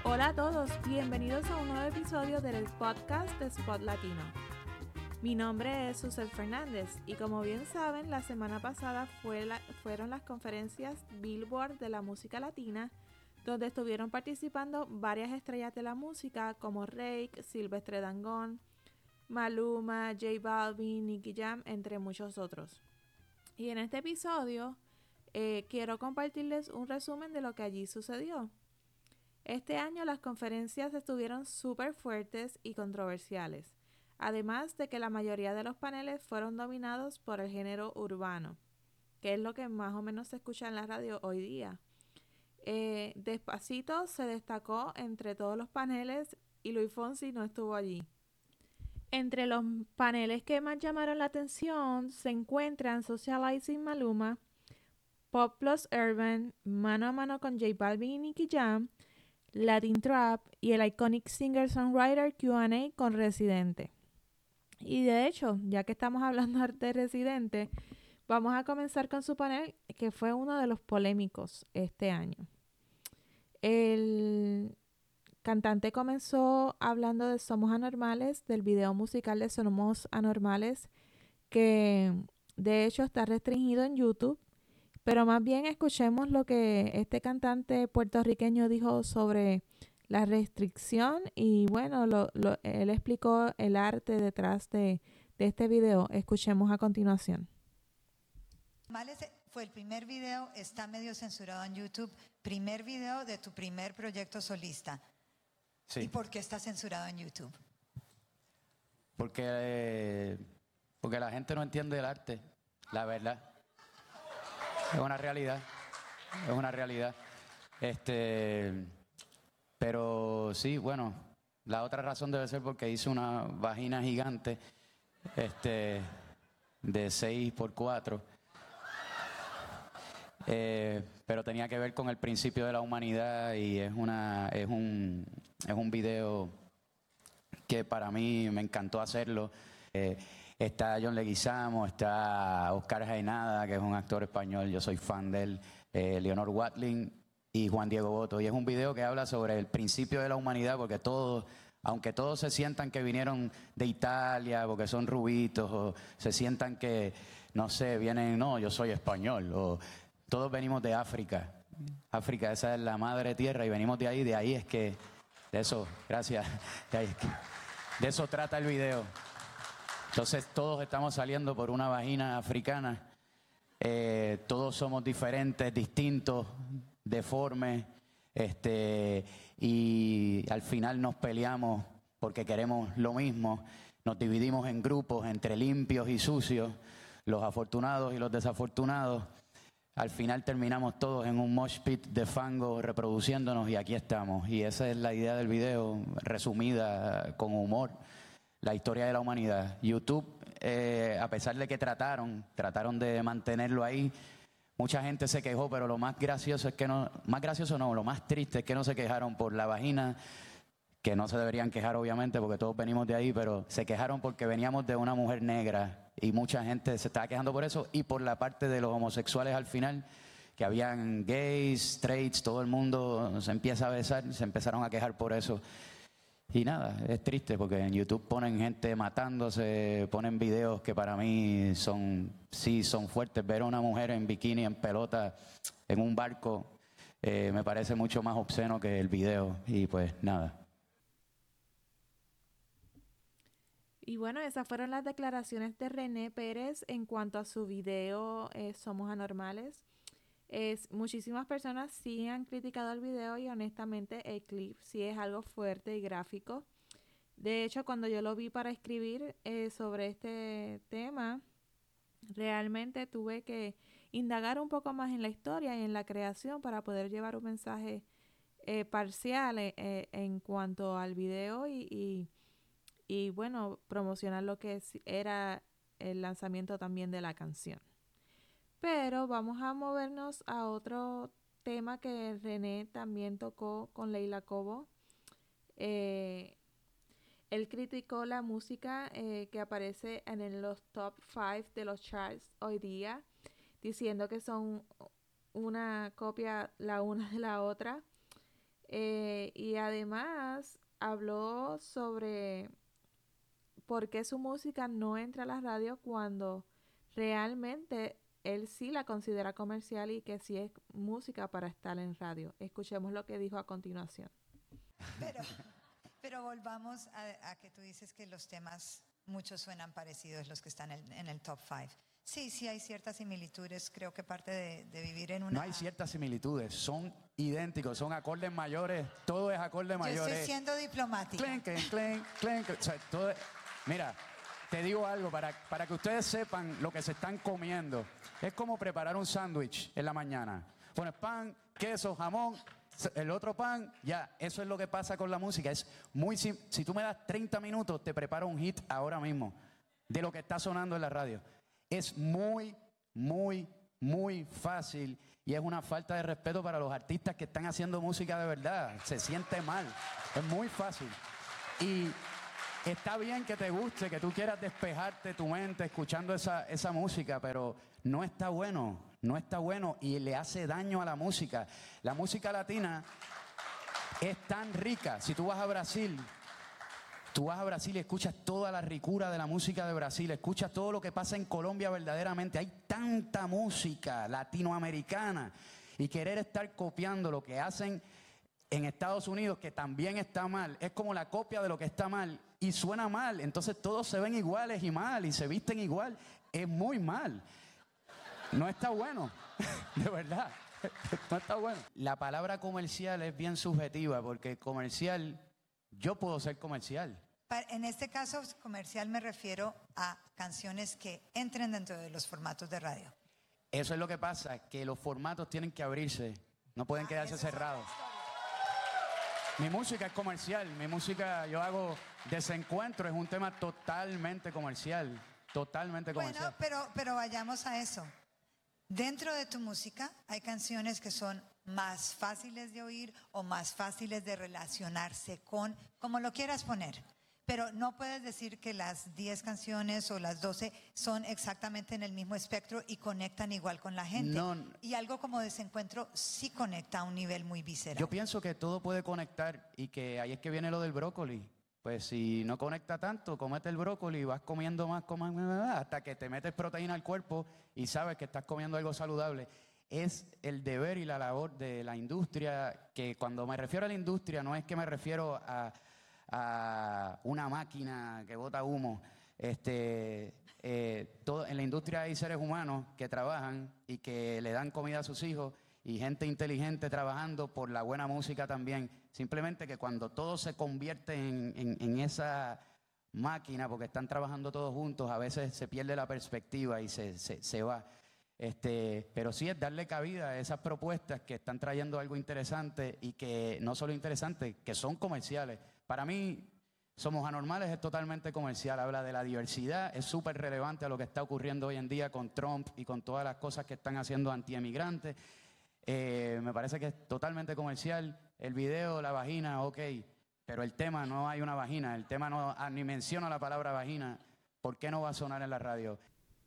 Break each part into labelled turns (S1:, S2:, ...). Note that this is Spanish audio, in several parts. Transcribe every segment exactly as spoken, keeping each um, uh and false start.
S1: Hola a todos, bienvenidos a un nuevo episodio del podcast de Spot Latino. Mi nombre es Susel Fernández y como bien saben, la semana pasada fue la, fueron las conferencias Billboard de la música latina, donde estuvieron participando varias estrellas de la música como Reik, Silvestre Dangond, Maluma, J Balvin, Nicky Jam, entre muchos otros. Y en este episodio eh, quiero compartirles un resumen de lo que allí sucedió. Este año las conferencias estuvieron súper fuertes y controversiales, además de que la mayoría de los paneles fueron dominados por el género urbano, que es lo que más o menos se escucha en la radio hoy día. Eh, Despacito se destacó entre todos los paneles y Luis Fonsi no estuvo allí. Entre los paneles que más llamaron la atención se encuentran Socializing Maluma, Pop Plus Urban, Mano a Mano con J Balvin y Nicky Jam, Latin Trap y el iconic singer-songwriter Q and A con Residente. Y de hecho, ya que estamos hablando de Residente, vamos a comenzar con su panel, que fue uno de los polémicos este año. El cantante comenzó hablando de Somos Anormales, del video musical de Somos Anormales, que de hecho está restringido en YouTube. Pero más bien escuchemos lo que este cantante puertorriqueño dijo sobre la restricción y bueno, lo, lo, él explicó el arte detrás de, de este video. Escuchemos a continuación.
S2: Fue el primer video, está medio censurado en YouTube, primer video de tu primer proyecto solista.
S3: Sí.
S2: ¿Y por qué está censurado en YouTube?
S3: Porque, eh, porque la gente no entiende el arte, la verdad. Es una realidad, es una realidad. Este, pero sí, bueno, la otra razón debe ser porque hice una vagina gigante, este, de seis por cuatro. Eh, pero tenía que ver con el principio de la humanidad y es una, es un, es un video que para mí me encantó hacerlo. Eh, Está John Leguizamo, está Oscar Jaenada, que es un actor español, yo soy fan de él, eh, Leonor Watling y Juan Diego Boto. Y es un video que habla sobre el principio de la humanidad, porque todos, aunque todos se sientan que vinieron de Italia, porque son rubitos, o se sientan que, no sé, vienen, no, yo soy español, o todos venimos de África. África, esa es la madre tierra y venimos de ahí, de ahí es que, de eso, gracias, de, ahí es que, de eso trata el video. Entonces todos estamos saliendo por una vagina africana, eh, todos somos diferentes, distintos, deformes, este, y al final nos peleamos porque queremos lo mismo, nos dividimos en grupos entre limpios y sucios, los afortunados y los desafortunados, al final terminamos todos en un mosh pit de fango reproduciéndonos y aquí estamos, y esa es la idea del video, resumida con humor. La historia de la humanidad. YouTube, eh, a pesar de que trataron, trataron de mantenerlo ahí, mucha gente se quejó, pero lo más gracioso es que no, más gracioso no, lo más triste es que no se quejaron por la vagina, que no se deberían quejar obviamente porque todos venimos de ahí, pero se quejaron porque veníamos de una mujer negra y mucha gente se estaba quejando por eso y por la parte de los homosexuales al final, que habían gays, straights, todo el mundo se empieza a besar, se empezaron a quejar por eso. Y nada, es triste porque en YouTube ponen gente matándose, ponen videos que para mí son, sí, son fuertes. Ver a una mujer en bikini, en pelota, en un barco, eh, me parece mucho más obsceno que el video. Y pues nada.
S1: Y bueno, esas fueron las declaraciones de René Pérez en cuanto a su video eh, Somos Anormales. Es, muchísimas personas sí han criticado el video y honestamente el clip sí es algo fuerte y gráfico. De hecho, cuando yo lo vi para escribir eh, sobre este tema, realmente tuve que indagar un poco más en la historia y en la creación para poder llevar un mensaje eh, parcial eh, en cuanto al video y, y, y bueno, promocionar lo que era el lanzamiento también de la canción. Pero vamos a movernos a otro tema que René también tocó con Leila Cobo. Eh, él criticó la música eh, que aparece en el, los top cinco de los charts hoy día, diciendo que son una copia la una de la otra. Eh, y además habló sobre por qué su música no entra a la radio cuando realmente él sí la considera comercial y que sí es música para estar en radio. Escuchemos lo que dijo a continuación.
S2: Pero, pero volvamos a, a que tú dices que los temas, muchos suenan parecidos, los que están en, en el top five. Sí, sí hay ciertas similitudes, creo que parte de, de vivir en una...
S3: No hay ciertas similitudes, son idénticos, son acordes mayores, todo es acorde mayores.
S2: Yo estoy siendo diplomática.
S3: Clenk, clenk, clenk, clenk. O sea, todo es- Mira, te digo algo, para, para que ustedes sepan lo que se están comiendo. Es como preparar un sándwich en la mañana. Pones pan, queso, jamón, el otro pan, ya. Eso es lo que pasa con la música. Es muy sim- Si tú me das treinta minutos, te preparo un hit ahora mismo de lo que está sonando en la radio. Es muy, muy, muy fácil y es una falta de respeto para los artistas que están haciendo música de verdad. Se siente mal. Es muy fácil. Y está bien que te guste, que tú quieras despejarte tu mente escuchando esa, esa música, pero no está bueno, no está bueno y le hace daño a la música. La música latina es tan rica. Si tú vas a Brasil, tú vas a Brasil y escuchas toda la ricura de la música de Brasil, escuchas todo lo que pasa en Colombia verdaderamente. Hay tanta música latinoamericana y querer estar copiando lo que hacen en Estados Unidos, que también está mal, es como la copia de lo que está mal y suena mal. Entonces todos se ven iguales y mal y se visten igual. Es muy mal. No está bueno, de verdad. No está bueno. La palabra comercial es bien subjetiva porque comercial, yo puedo ser comercial.
S2: Pa- En este caso comercial me refiero a canciones que entren dentro de los formatos de radio.
S3: Eso es lo que pasa, que los formatos tienen que abrirse, no pueden quedarse cerrados. Mi música es comercial, mi música, yo hago Desencuentro, es un tema totalmente comercial, totalmente comercial.
S2: Bueno, pero, pero vayamos a eso. Dentro de tu música hay canciones que son más fáciles de oír o más fáciles de relacionarse con, como lo quieras poner. Pero no puedes decir que las diez canciones o las doce son exactamente en el mismo espectro y conectan igual con la gente.
S3: No.
S2: Y algo como Desencuentro sí conecta a un nivel muy visceral.
S3: Yo pienso que todo puede conectar y que ahí es que viene lo del brócoli. Pues si no conecta tanto, comete el brócoli y vas comiendo más, comas, hasta que te metes proteína al cuerpo y sabes que estás comiendo algo saludable. Es el deber y la labor de la industria, que cuando me refiero a la industria no es que me refiero a, a una máquina que bota humo. Este, eh, todo, en la industria hay seres humanos que trabajan y que le dan comida a sus hijos y gente inteligente trabajando por la buena música también. Simplemente que cuando todo se convierte en, en, en esa máquina, porque están trabajando todos juntos, a veces se pierde la perspectiva y se, se, se va. Este, pero sí es darle cabida a esas propuestas que están trayendo algo interesante y que no solo interesante, que son comerciales. Para mí, Somos Anormales es totalmente comercial, habla de la diversidad, es súper relevante a lo que está ocurriendo hoy en día con Trump y con todas las cosas que están haciendo antiemigrantes. Eh, me parece que es totalmente comercial. El video, la vagina, ok, pero el tema no hay una vagina, el tema no ah, ni menciona la palabra vagina. ¿Por qué no va a sonar en la radio?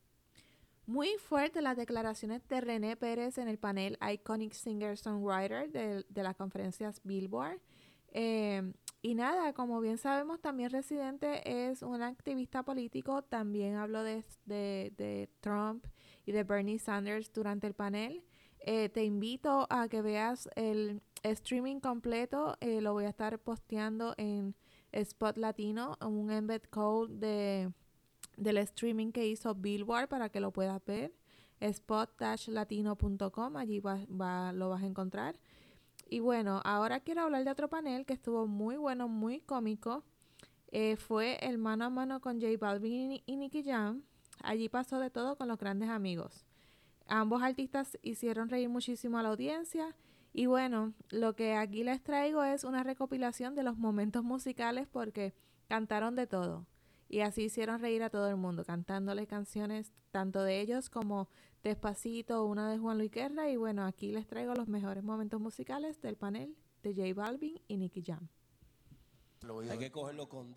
S1: Muy fuertes las declaraciones de René Pérez en el panel Iconic Singer-Songwriter de, de las conferencias Billboard. Eh, y nada, como bien sabemos, también Residente es un activista político. También habló de, de, de Trump y de Bernie Sanders durante el panel. Eh, te invito a que veas el streaming completo. Eh, lo voy a estar posteando en Spot Latino, un embed code de, del streaming que hizo Billboard para que lo puedas ver. spot dash latino punto com, allí va, va, lo vas a encontrar. Y bueno, ahora quiero hablar de otro panel que estuvo muy bueno, muy cómico. Eh, fue el mano a mano con J Balvin y Nicky Jam. Allí pasó de todo con los grandes amigos. Ambos artistas hicieron reír muchísimo a la audiencia. Y bueno, lo que aquí les traigo es una recopilación de los momentos musicales porque cantaron de todo. Y así hicieron reír a todo el mundo, cantándole canciones tanto de ellos como Despacito, una de Juan Luis Guerra. Y bueno, aquí les traigo los mejores momentos musicales del panel de J Balvin y Nicky Jam.
S4: Hay que cogerlo con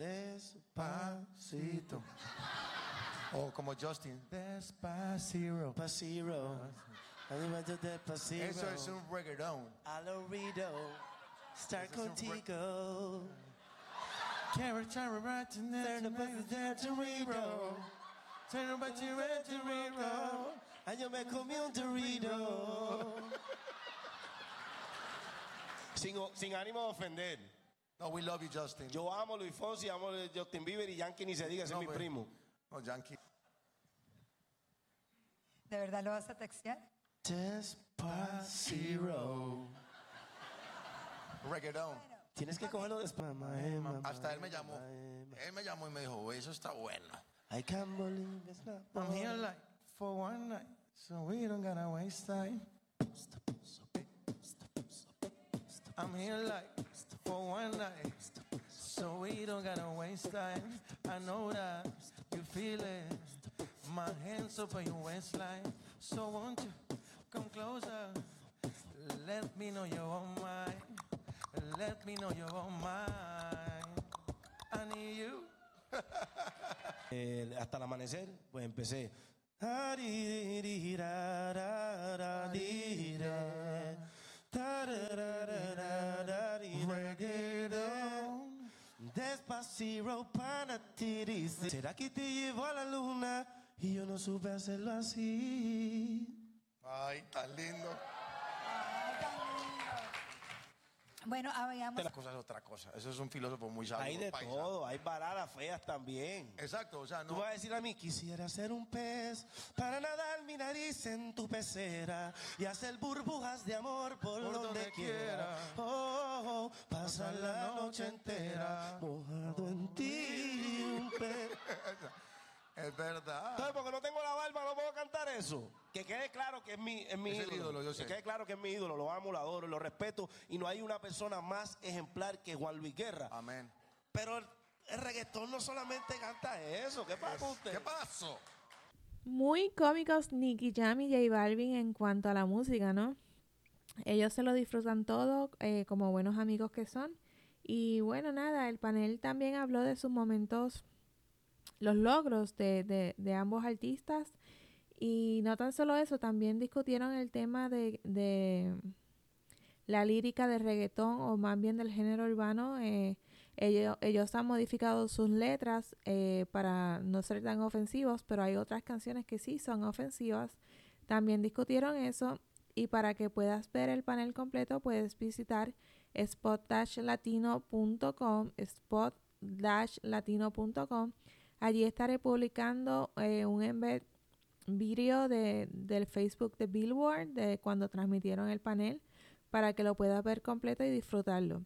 S4: despacito.
S5: O como Justin, Despacito.
S4: Despacito. Despacito.
S5: Eso es un reggaetón.
S4: Alorido. estar contigo. Quiero echar un rato en el Dorito. Turn back to red Dorito. And yo me comí un Dorito. Sin, sin ánimo de ofender.
S5: No, we love you, Justin.
S4: Yo amo a Luis Fonsi, amo a Justin Bieber y Yankee ni se diga, ese
S5: No,
S4: es mi
S5: pero-
S4: primo.
S5: No, Yankee.
S2: ¿De verdad lo vas a textear?
S4: Despacito.
S5: Reggaeton.
S4: Tienes que cogerlo después.
S5: Hasta él me llamó. Él me llamó y me dijo, eso está bueno.
S4: I can't believe it's not.
S5: I'm here like for one night, so we don't gotta waste time. I'm here like for one night, so we don't gotta waste time. I know that you feel it. My hands up on your waistline, so won't you come closer? Let me know you're on mine. Let me know you're on mine. I need you.
S4: Eh, hasta el amanecer, pues empecé.
S5: Reggaeton.
S4: Despacito para ti. Dice, ¿será que te llevo a la luna? Y yo no supe hacerlo así.
S5: Ay, tan lindo.
S2: Bueno, habíamos...
S5: La cosa es otra cosa. Eso es un filósofo muy sabio.
S4: Hay de
S5: paisa.
S4: todo, hay baladas feas también.
S5: Exacto, o sea,
S4: Tú
S5: no.
S4: vas a decir a mí, quisiera ser un pez para nadar mi nariz en tu pecera y hacer burbujas de amor por,
S5: Por
S4: donde,
S5: donde
S4: quiera.
S5: quiera.
S4: Oh, oh, oh, pasar la noche entera mojado en ti, un pez.
S5: Es verdad.
S4: Entonces, porque no tengo la barba, no puedo cantar eso. Que quede claro que es mi, es mi
S5: Es el
S4: ídolo.
S5: ídolo, yo sé.
S4: Que quede claro que es mi ídolo. Lo amo, lo adoro, lo respeto. Y no hay una persona más ejemplar que Juan Luis Guerra.
S5: Amén.
S4: Pero el, el reggaetón no solamente canta eso. ¿Qué pasa con usted?
S5: ¿Qué pasó?
S1: Muy cómicos Nicky Jam y J Balvin en cuanto a la música, ¿no? Ellos se lo disfrutan todo eh, como buenos amigos que son. Y bueno, nada, el panel también habló de sus momentos, los logros de, de, de ambos artistas. Y no tan solo eso, también discutieron el tema de, de la lírica de reggaetón, o más bien del género urbano. Eh, ellos, ellos han modificado sus letras eh, para no ser tan ofensivos, pero hay otras canciones que sí son ofensivas. También discutieron eso, y para que puedas ver el panel completo puedes visitar spot dash latino punto com, spot dash latino punto com. Allí estaré publicando eh, un embed video de, del Facebook de Billboard de cuando transmitieron el panel, para que lo puedas ver completo y disfrutarlo.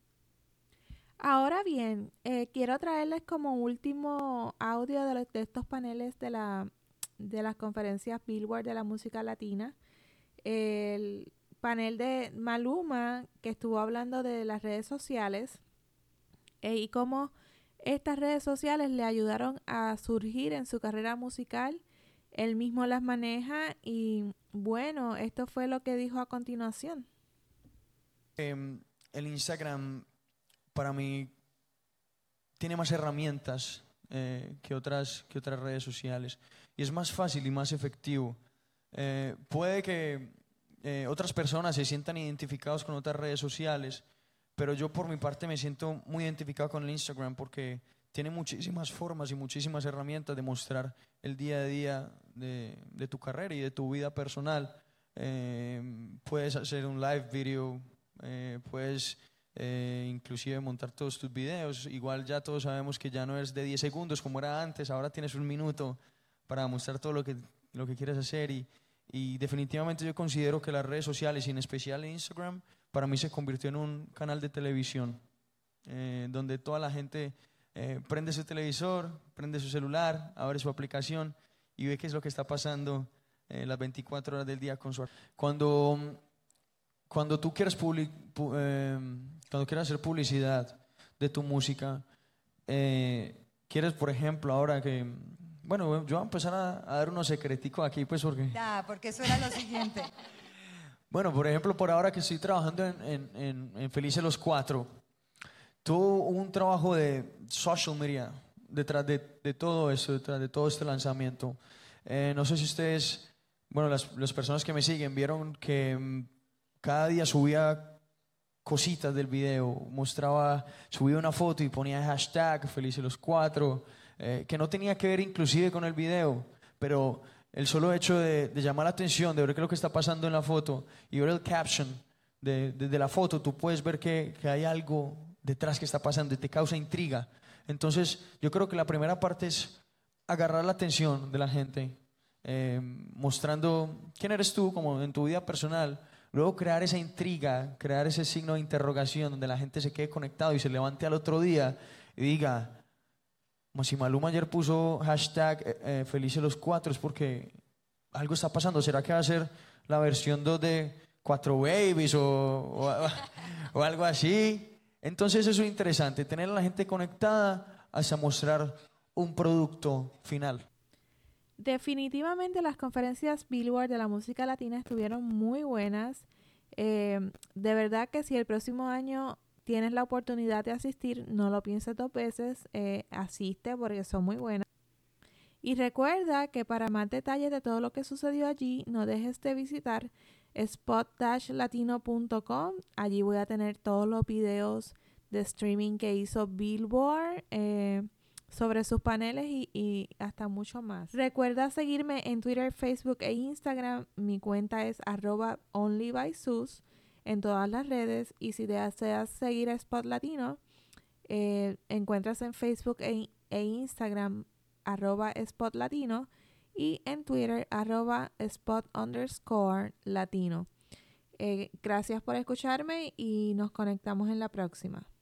S1: Ahora bien, eh, quiero traerles como último audio de, los, de estos paneles de, la, de las conferencias Billboard de la música latina. El panel de Maluma, que estuvo hablando de las redes sociales eh, y cómo estas redes sociales le ayudaron a surgir en su carrera musical. Él mismo las maneja y bueno, esto fue lo que dijo a continuación.
S6: Eh, el Instagram para mí tiene más herramientas eh, que, otras, que otras redes sociales y es más fácil y más efectivo. Eh, puede que eh, otras personas se sientan identificados con otras redes sociales, pero yo por mi parte me siento muy identificado con el Instagram porque tiene muchísimas formas y muchísimas herramientas de mostrar el día a día de, de tu carrera y de tu vida personal. Eh, puedes hacer un live video, eh, puedes eh, inclusive montar todos tus videos. Igual ya todos sabemos que ya no es de diez segundos como era antes, ahora tienes un minuto para mostrar todo lo que, lo que quieres hacer y, y definitivamente yo considero que las redes sociales y en especial Instagram para mí se convirtió en un canal de televisión eh, donde toda la gente eh, prende su televisor, prende su celular, abre su aplicación y ve qué es lo que está pasando eh, las veinticuatro horas del día con su... Cuando, cuando tú quieres, public, pu, eh, cuando quieres hacer publicidad de tu música, eh, quieres, por ejemplo, ahora que... Bueno, yo voy a empezar a, a dar unos secreticos aquí, pues porque...
S2: Ya, porque eso era lo siguiente.
S6: Bueno, por ejemplo, por ahora que estoy trabajando en, en, en, en Felices los Cuatro, tuvo un trabajo de social media detrás de, de todo esto, detrás de todo este lanzamiento. Eh, no sé si ustedes, bueno, las, las personas que me siguen vieron que um, cada día subía cositas del video. Mostraba, subía una foto y ponía hashtag Felices los Cuatro, eh, que no tenía que ver inclusive con el video, pero el solo hecho de, de llamar la atención, de ver qué es lo que está pasando en la foto y ver el caption de, de, de la foto, tú puedes ver que, que hay algo detrás que está pasando y te causa intriga. Entonces yo creo que la primera parte es agarrar la atención de la gente, eh, mostrando quién eres tú como en tu vida personal. Luego crear esa intriga, crear ese signo de interrogación donde la gente se quede conectado y se levante al otro día y diga, como si Maluma ayer puso hashtag eh, eh, Felices los Cuatro, es porque algo está pasando. ¿Será que va a ser la versión dos de Cuatro Babies o, o, o algo así? Entonces eso es interesante, tener a la gente conectada hasta mostrar un producto final.
S1: Definitivamente las conferencias Billboard de la música latina estuvieron muy buenas. Eh, de verdad que si el próximo año tienes la oportunidad de asistir, no lo pienses dos veces, eh, asiste porque son muy buenas. Y recuerda que para más detalles de todo lo que sucedió allí, no dejes de visitar spot dash latino punto com. Allí voy a tener todos los videos de streaming que hizo Billboard eh, sobre sus paneles y, y hasta mucho más. Recuerda seguirme en Twitter, Facebook e Instagram. Mi cuenta es arroba onlybysus en todas las redes. Y si deseas seguir a Spot Latino, eh, encuentras en Facebook e, e Instagram arroba Spot Latino y en Twitter arroba Spot underscore Latino. Eh, gracias por escucharme y nos conectamos en la próxima.